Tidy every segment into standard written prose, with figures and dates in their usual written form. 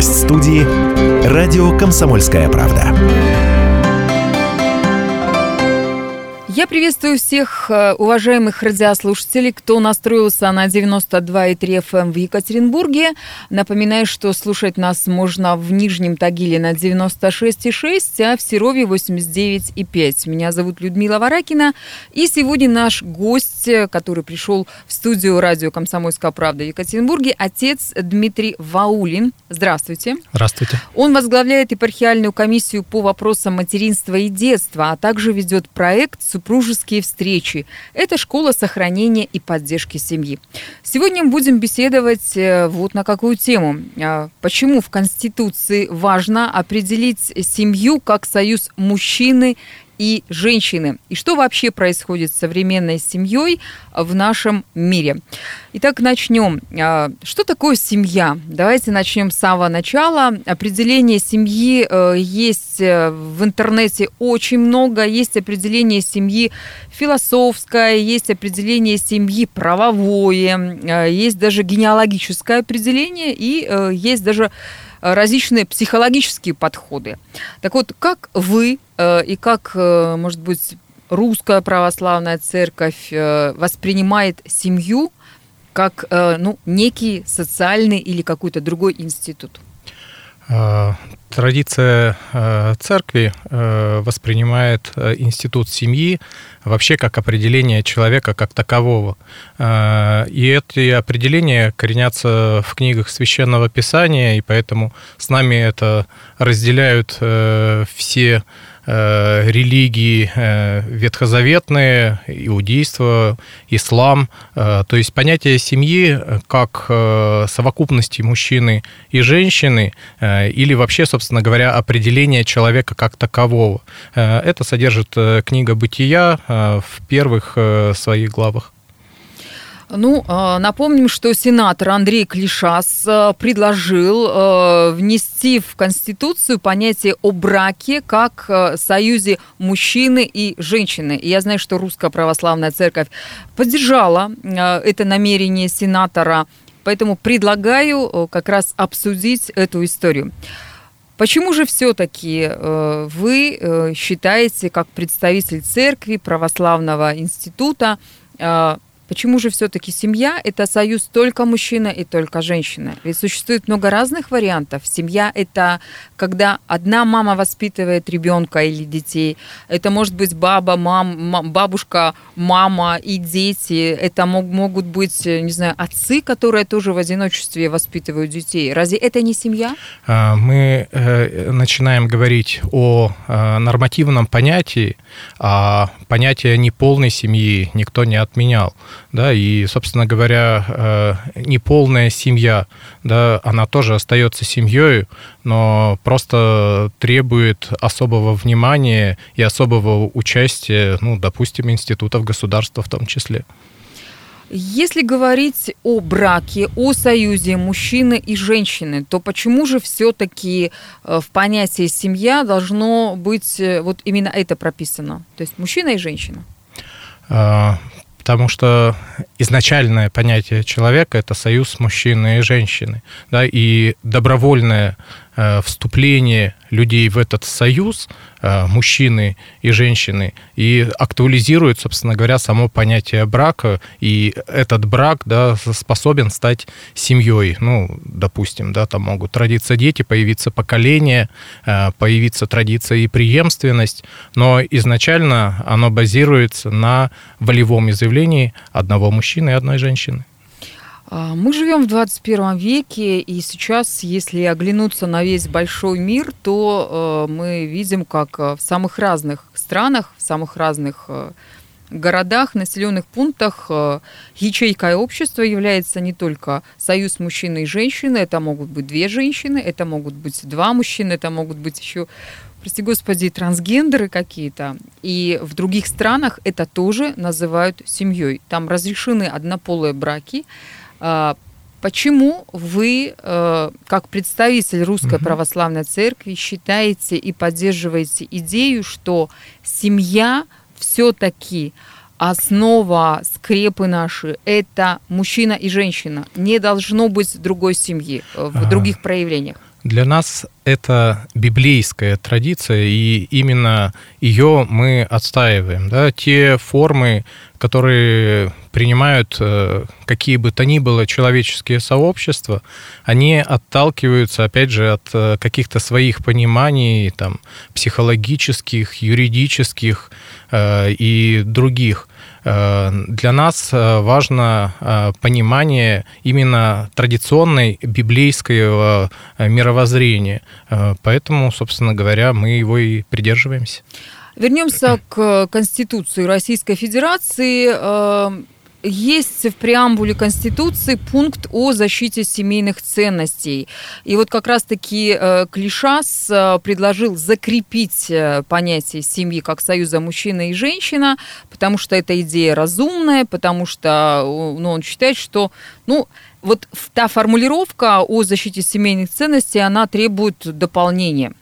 Гость студии – радио «Комсомольская правда». Я приветствую всех уважаемых радиослушателей, кто настроился на 92,3 FM в Екатеринбурге. Напоминаю, что слушать нас можно в Нижнем Тагиле на 96,6, а в Серове 89,5. Меня зовут Людмила Варакина. И сегодня наш гость, который пришел в студию радио «Комсомольская правда» в Екатеринбурге, отец Дмитрий Ваулин. Здравствуйте. Здравствуйте. Он возглавляет епархиальную комиссию по вопросам материнства и детства, а также ведет проект «Супружеские встречи». Это школа сохранения и поддержки семьи. Сегодня мы будем беседовать вот на какую тему. Почему в Конституции важно определить семью как союз мужчины и женщины? И что вообще происходит с современной семьей в нашем мире? Итак, начнем. Что такое семья? Давайте начнем с самого начала. Определение семьи есть в интернете очень много. Есть определение семьи философское, есть определение семьи правовое, есть даже генеалогическое определение и есть даже различные психологические подходы. Так вот, как вы и как, может быть, Русская Православная Церковь воспринимает семью как некий социальный или какой-то другой институт? Традиция церкви воспринимает институт семьи вообще как определение человека как такового. И эти определения коренятся в книгах Священного Писания, и поэтому с нами это разделяют все религии ветхозаветные, иудейство, ислам. То есть понятие семьи как совокупности мужчины и женщины или вообще, собственно говоря, определение человека как такового. Это содержит книга «Бытия» в первых своих главах. Напомним, что сенатор Андрей Клишас предложил внести в Конституцию понятие о браке как союзе мужчины и женщины. И я знаю, что Русская Православная Церковь поддержала это намерение сенатора, поэтому предлагаю как раз обсудить эту историю. Почему же все-таки вы считаете, как представитель церкви, православного института, почему же все-таки семья – это союз только мужчина и только женщина? Ведь существует много разных вариантов. Семья – это когда одна мама воспитывает ребенка или детей. Это может быть бабушка, мама и дети. Это могут быть, не знаю, отцы, которые тоже в одиночестве воспитывают детей. Разве это не семья? Мы начинаем говорить о нормативном понятии, а понятие неполной семьи никто не отменял. Да, и, собственно говоря, неполная семья, да, она тоже остается семьей, но просто требует особого внимания и особого участия, допустим, институтов государства в том числе. Если говорить о браке, о союзе мужчины и женщины, то почему же все-таки в понятии семья должно быть вот именно это прописано? То есть мужчина и женщина? Потому что изначальное понятие человека – это союз мужчины и женщины. Да, и добровольное вступление людей в этот союз, мужчины и женщины, и актуализирует, собственно говоря, само понятие брака. И этот брак, да, способен стать семьей. Допустим, да, там могут родиться дети, появиться поколение, появиться традиция и преемственность. Но изначально оно базируется на волевом изъявлении одного мужчины и одной женщины. Мы живем в 21 веке, и сейчас, если оглянуться на весь большой мир, то мы видим, как в самых разных странах, в самых разных городах, населенных пунктах ячейкой общества является не только союз мужчины и женщины, это могут быть две женщины, это могут быть два мужчины, это могут быть еще, прости господи, трансгендеры какие-то. И в других странах это тоже называют семьей. Там разрешены однополые браки. Почему вы, как представитель Русской Православной Церкви, считаете и поддерживаете идею, что семья все-таки основа скрепы наши – это мужчина и женщина? Не должно быть другой семьи в других проявлениях? Для нас это библейская традиция, и именно ее мы отстаиваем. Да? Те формы, которые принимают какие бы то ни было человеческие сообщества, они отталкиваются, опять же, от каких-то своих пониманий там, психологических, юридических и других. Для нас важно понимание именно традиционной библейского мировоззрения. Поэтому, собственно говоря, мы его и придерживаемся. Вернемся к Конституции Российской Федерации. Есть в преамбуле Конституции пункт о защите семейных ценностей. И вот как раз-таки Клишас предложил закрепить понятие семьи как союза мужчина и женщина, потому что эта идея разумная, потому что он считает, что вот та формулировка о защите семейных ценностей, она требует дополнения.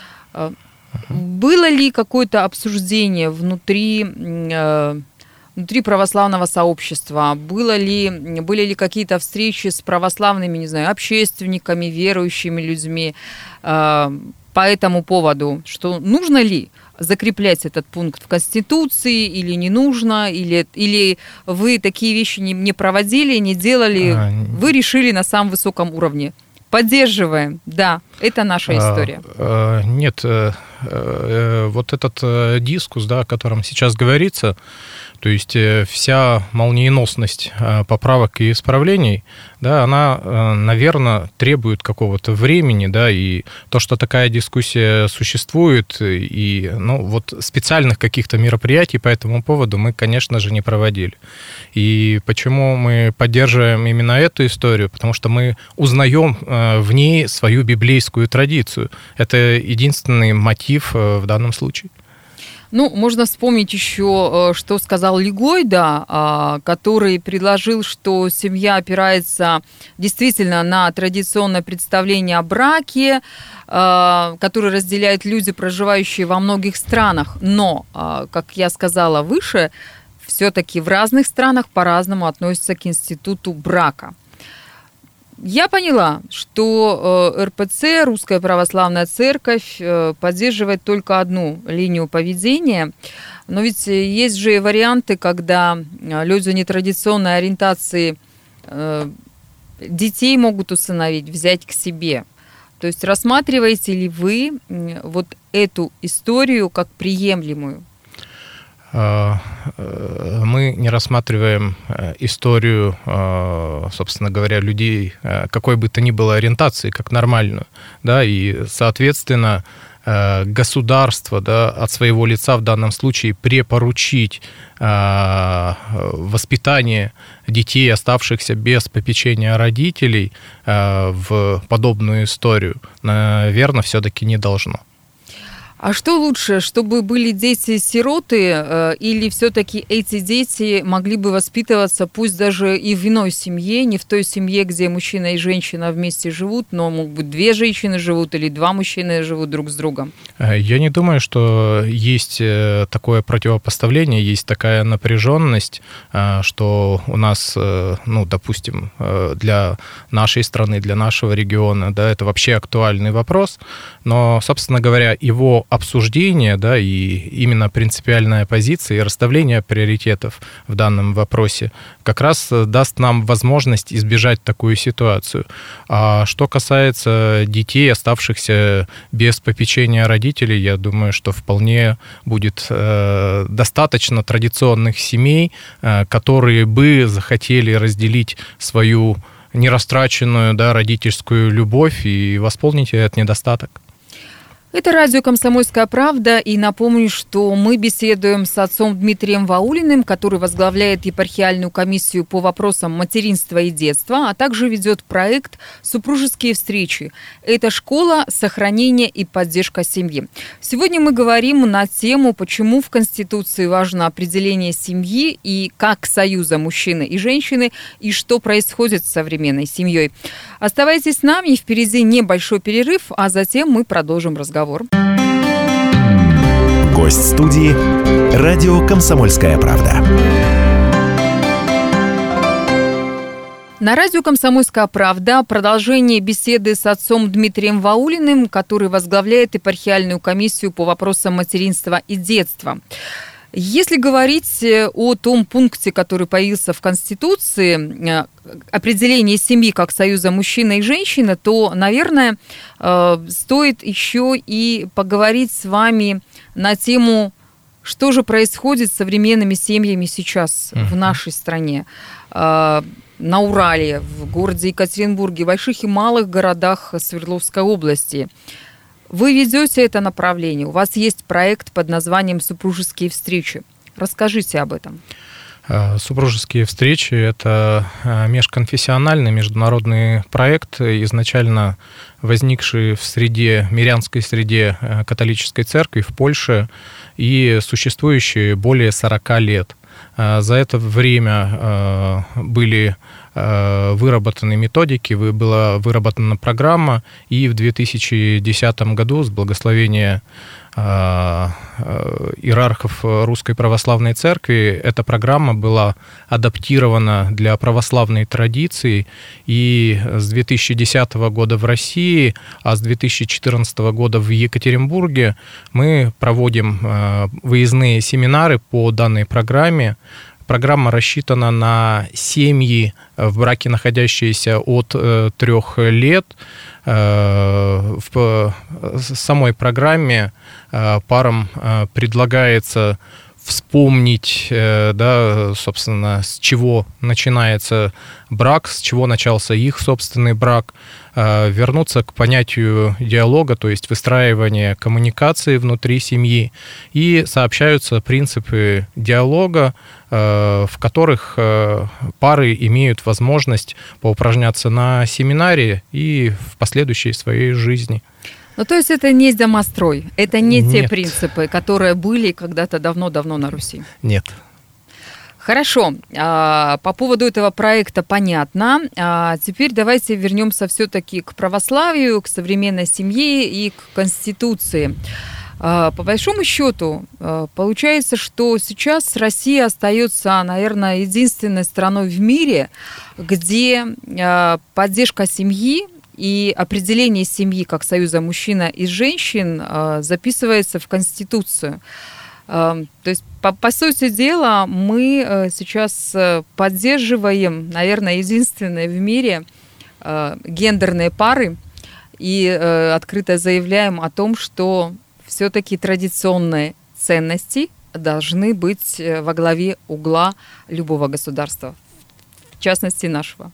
Было ли какое-то обсуждение внутри православного сообщества? Были ли какие-то встречи с православными, не знаю, общественниками, верующими людьми по этому поводу? Что нужно ли закреплять этот пункт в Конституции или не нужно? Или вы такие вещи не проводили, не делали? Вы решили на самом высоком уровне? Поддерживаем, да, это наша история. Нет, вот этот дискус, да, о котором сейчас говорится, то есть вся молниеносность поправок и исправлений, да, она, наверное, требует какого-то времени, да, и то, что такая дискуссия существует, и вот специальных каких-то мероприятий по этому поводу мы, конечно же, не проводили. И почему мы поддерживаем именно эту историю? Потому что мы узнаем в ней свою библейскую традицию. Это единственный мотив в данном случае. Можно вспомнить еще, что сказал Лигой, да, который предложил, что семья опирается действительно на традиционное представление о браке, которое разделяют люди, проживающие во многих странах. Но, как я сказала выше, все-таки в разных странах по-разному относятся к институту брака. Я поняла, что РПЦ, Русская Православная Церковь, поддерживает только одну линию поведения, но ведь есть же варианты, когда люди нетрадиционной ориентации детей могут усыновить, взять к себе. То есть рассматриваете ли вы вот эту историю как приемлемую? Мы не рассматриваем историю, собственно говоря, людей какой бы то ни было ориентации как нормальную, да, и, соответственно, государство, да, от своего лица в данном случае препоручить воспитание детей, оставшихся без попечения родителей, в подобную историю, наверное, все-таки не должно. А что лучше, чтобы были дети-сироты, или все-таки эти дети могли бы воспитываться, пусть даже и в иной семье, не в той семье, где мужчина и женщина вместе живут, но, может быть, две женщины живут или два мужчины живут друг с другом? Я не думаю, что есть такое противопоставление, есть такая напряженность, что у нас, допустим, для нашей страны, для нашего региона, да, это вообще актуальный вопрос, но, собственно говоря, его обсуждение, да, и именно принципиальная позиция и расставление приоритетов в данном вопросе как раз даст нам возможность избежать такую ситуацию. А что касается детей, оставшихся без попечения родителей, я думаю, что вполне будет достаточно традиционных семей, которые бы захотели разделить свою нерастраченную, да, родительскую любовь и восполнить этот недостаток. Это радио «Комсомольская правда», и напомню, что мы беседуем с отцом Дмитрием Ваулиным, который возглавляет епархиальную комиссию по вопросам материнства и детства, а также ведет проект «Супружеские встречи». Это школа сохранения и поддержка семьи. Сегодня мы говорим на тему, почему в Конституции важно определение семьи и как союза мужчины и женщины, и что происходит с современной семьей. Оставайтесь с нами, впереди небольшой перерыв, а затем мы продолжим разговор. Гость студии «Радио Комсомольская правда». На радио «Комсомольская правда» продолжение беседы с отцом Дмитрием Ваулиным, который возглавляет епархиальную комиссию по вопросам материнства и детства. Если говорить о том пункте, который появился в Конституции, определение семьи как союза мужчины и женщины, то, наверное, стоит еще и поговорить с вами на тему, что же происходит с современными семьями сейчас в нашей стране. На Урале, в городе Екатеринбурге, в больших и малых городах Свердловской области. Вы ведете это направление, у вас есть проект под названием «Супружеские встречи». Расскажите об этом. Супружеские встречи – это межконфессиональный международный проект, изначально возникший в мирянской среде католической церкви в Польше и существующий более 40 лет. За это время были выработаны методики, была выработана программа, и в 2010 году с благословения иерархов Русской Православной Церкви эта программа была адаптирована для православной традиции, и с 2010 года в России, а с 2014 года в Екатеринбурге мы проводим выездные семинары по данной программе. Программа рассчитана на семьи, в браке находящиеся от 3 лет. В самой программе парам предлагается вспомнить, да, собственно, с чего начинается брак, с чего начался их собственный брак, вернуться к понятию диалога, то есть выстраивания коммуникации внутри семьи, и сообщаются принципы диалога, в которых пары имеют возможность поупражняться на семинаре и в последующей своей жизни. Ну, то есть это не домострой, это не Нет. те принципы, которые были когда-то давно-давно на Руси? Нет. Хорошо, по поводу этого проекта понятно. Теперь давайте вернемся все-таки к православию, к современной семье и к Конституции. По большому счету, получается, что сейчас Россия остается, наверное, единственной страной в мире, где поддержка семьи и определение семьи как союза мужчина и женщин записывается в Конституцию. То есть, по сути дела, мы сейчас поддерживаем, наверное, единственные в мире гендерные пары и открыто заявляем о том, что все-таки традиционные ценности должны быть во главе угла любого государства, в частности нашего.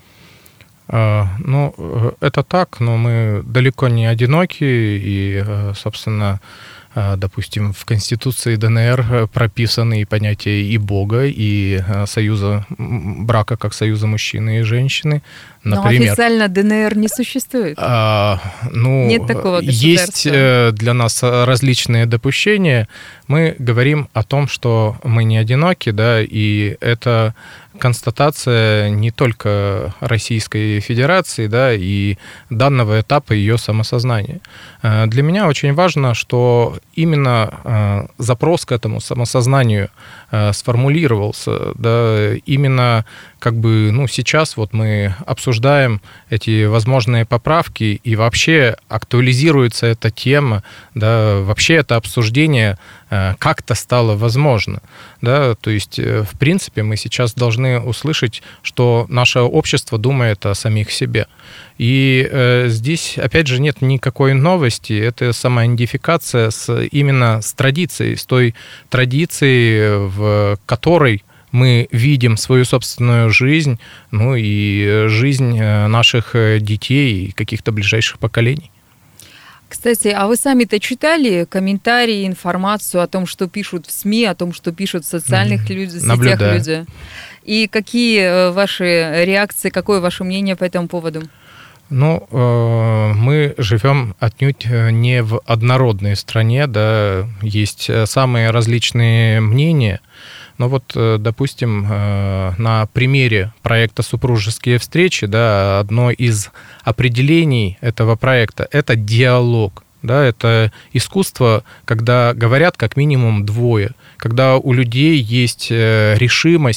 Ну, это так, но мы далеко не одиноки, и, собственно, допустим, в Конституции ДНР прописаны и понятия и Бога, и союза брака как союза мужчины и женщины. Например, но официально ДНР не существует. Нет такого государства. Есть для нас различные допущения. Мы говорим о том, что мы не одиноки, да, и это констатация не только Российской Федерации, да, и данного этапа ее самосознания. Для меня очень важно, что именно запрос к этому самосознанию сформулировался, да, именно как бы, сейчас вот мы обсуждаем эти возможные поправки, и вообще актуализируется эта тема, да, вообще это обсуждение как-то стало возможно, да, то есть, в принципе, мы сейчас должны услышать, что наше общество думает о самих себе. И здесь, опять же, нет никакой новости, это самоидентификация именно с традицией, с той традицией, в которой мы видим свою собственную жизнь, ну и жизнь наших детей и каких-то ближайших поколений. Кстати, а вы сами-то читали комментарии, информацию о том, что пишут в СМИ, о том, что пишут в социальных сетях люди? И какие ваши реакции, какое ваше мнение по этому поводу? Ну, мы живем отнюдь не в однородной стране, да, есть самые различные мнения. Но вот, допустим, на примере проекта «Супружеские встречи», да, одно из определений этого проекта – это диалог. Да, это искусство, когда говорят как минимум двое, когда у людей есть решимость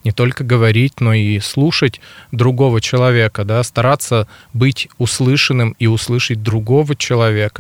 не только говорить, но и слушать другого человека, да, стараться быть услышанным и услышать другого человека.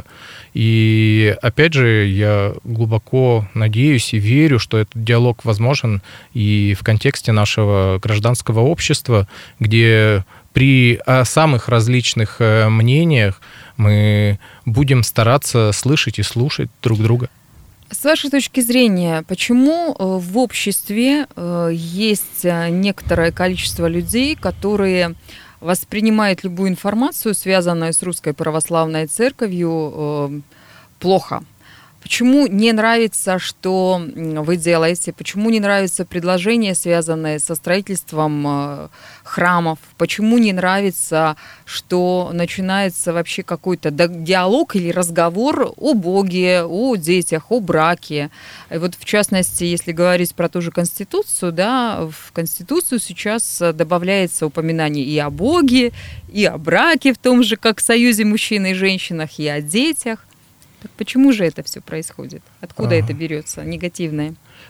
И опять же, я глубоко надеюсь и верю, что этот диалог возможен и в контексте нашего гражданского общества, где при самых различных мнениях мы будем стараться слышать и слушать друг друга. С вашей точки зрения, почему в обществе есть некоторое количество людей, которые воспринимают любую информацию, связанную с Русской Православной Церковью, плохо? Почему не нравится, что вы делаете? Почему не нравятся предложения, связанные со строительством храмов? Почему не нравится, что начинается вообще какой-то диалог или разговор о Боге, о детях, о браке? И вот в частности, если говорить про ту же Конституцию, да, в Конституцию сейчас добавляется упоминание и о Боге, и о браке в том же, как союзе мужчин и женщин, и о детях. Так почему же это все происходит? Откуда это берется, негативное?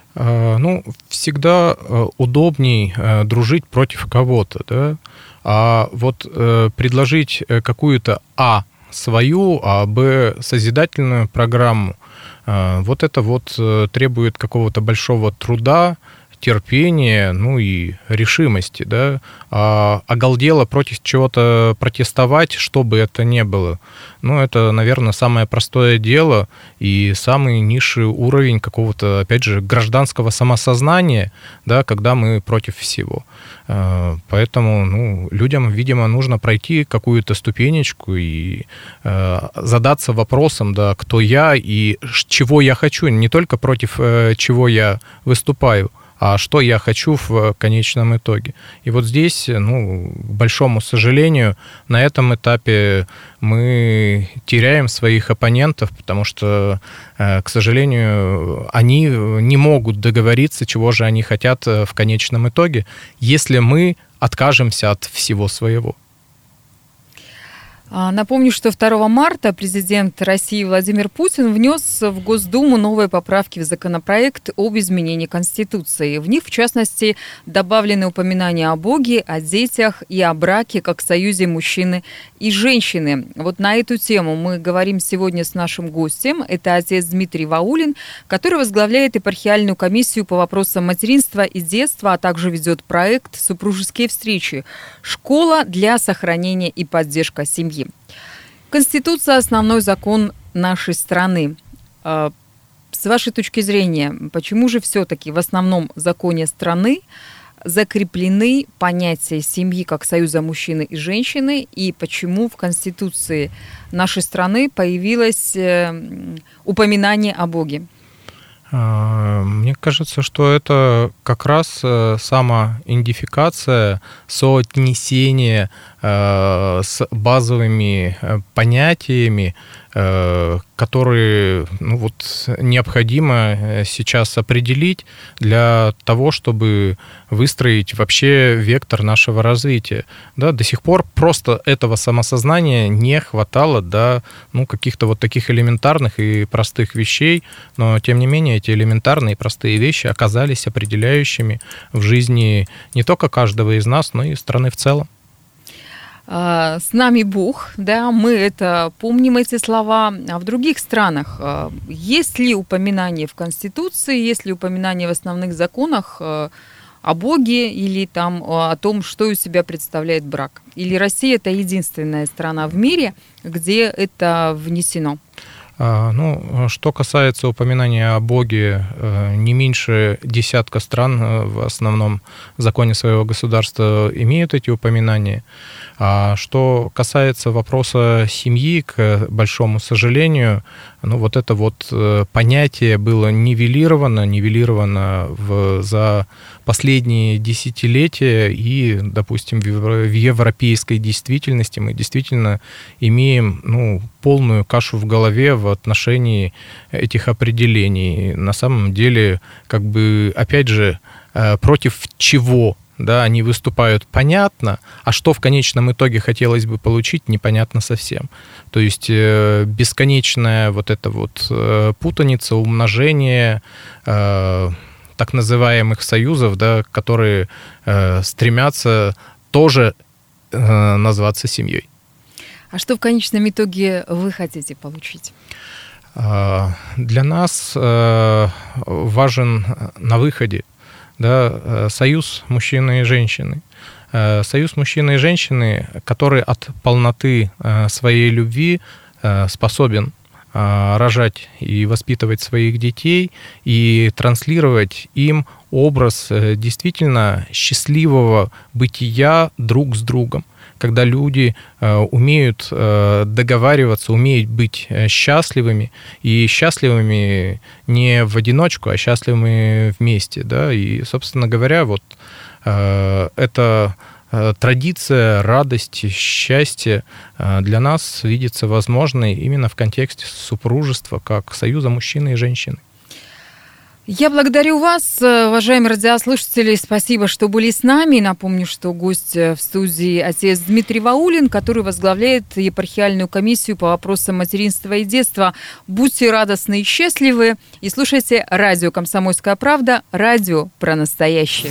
Всегда удобней дружить против кого-то, да? А вот предложить какую-то свою, б созидательную программу, вот это вот требует какого-то большого труда, терпения, и решимости, да, оголдело против чего-то протестовать, что бы это ни было. Это, наверное, самое простое дело и самый низший уровень какого-то, опять же, гражданского самосознания, да, когда мы против всего. Поэтому, людям, видимо, нужно пройти какую-то ступенечку и задаться вопросом, да, кто я и чего я хочу, не только против чего я выступаю, а что я хочу в конечном итоге. И вот здесь, к большому сожалению, на этом этапе мы теряем своих оппонентов, потому что, к сожалению, они не могут договориться, чего же они хотят в конечном итоге, если мы откажемся от всего своего. Напомню, что 2 марта президент России Владимир Путин внес в Госдуму новые поправки в законопроект об изменении Конституции. В них, в частности, добавлены упоминания о Боге, о детях и о браке как союзе мужчины и женщины. Вот на эту тему мы говорим сегодня с нашим гостем. Это отец Дмитрий Ваулин, который возглавляет епархиальную комиссию по вопросам материнства и детства, а также ведет проект «Супружеские встречи. Школа для сохранения и поддержки семьи». Конституция – основной закон нашей страны. С вашей точки зрения, почему же все-таки в основном законе страны закреплены понятия семьи как союза мужчины и женщины, и почему в Конституции нашей страны появилось упоминание о Боге? Мне кажется, что это как раз самоидентификация, соотнесение с базовыми понятиями, которые необходимо сейчас определить для того, чтобы выстроить вообще вектор нашего развития. Да, до сих пор просто этого самосознания не хватало до каких-то вот таких элементарных и простых вещей, но тем не менее эти элементарные и простые вещи оказались определяющими в жизни не только каждого из нас, но и страны в целом. С нами Бог, да, мы это помним, эти слова. А в других странах есть ли упоминание в Конституции, есть ли упоминание в основных законах о Боге или там о том, что из себя представляет брак? Или Россия – это единственная страна в мире, где это внесено? Что касается упоминания о Боге, не меньше десятка стран в основном законе своего государства имеют эти упоминания. А что касается вопроса семьи, к большому сожалению, вот это вот понятие было нивелировано за последние десятилетия, и, допустим, в европейской действительности мы действительно имеем полную кашу в голове в отношении этих определений. На самом деле, опять же, против чего они выступают, понятно, а что в конечном итоге хотелось бы получить, непонятно совсем. То есть бесконечная вот эта вот путаница, умножение, так называемых союзов, да, которые стремятся тоже назваться семьей. А что в конечном итоге вы хотите получить? Для нас важен на выходе, да, союз мужчины и женщины. Союз мужчины и женщины, который от полноты своей любви способен рожать и воспитывать своих детей и транслировать им образ действительно счастливого бытия друг с другом, когда люди умеют договариваться, умеют быть счастливыми, и счастливыми не в одиночку, а счастливыми вместе. Да? И, собственно говоря, вот это традиция, радость, счастье для нас видится возможной именно в контексте супружества, как союза мужчины и женщины. Я благодарю вас, уважаемые радиослушатели. Спасибо, что были с нами. Напомню, что гость в студии отец Дмитрий Ваулин, который возглавляет епархиальную комиссию по вопросам материнства и детства. Будьте радостны и счастливы. И слушайте радио «Комсомольская правда», радио про настоящее.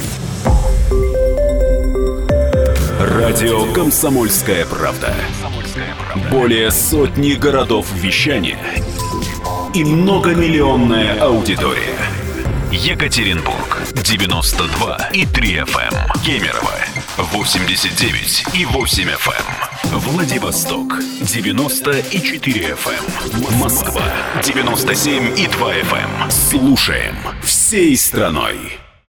Радио «Комсомольская правда». Более сотни городов вещания и многомиллионная аудитория. Екатеринбург 92,3 FM, Кемерово 89,8 FM, Владивосток 90,4 FM, Москва 97,2 FM. Слушаем всей страной.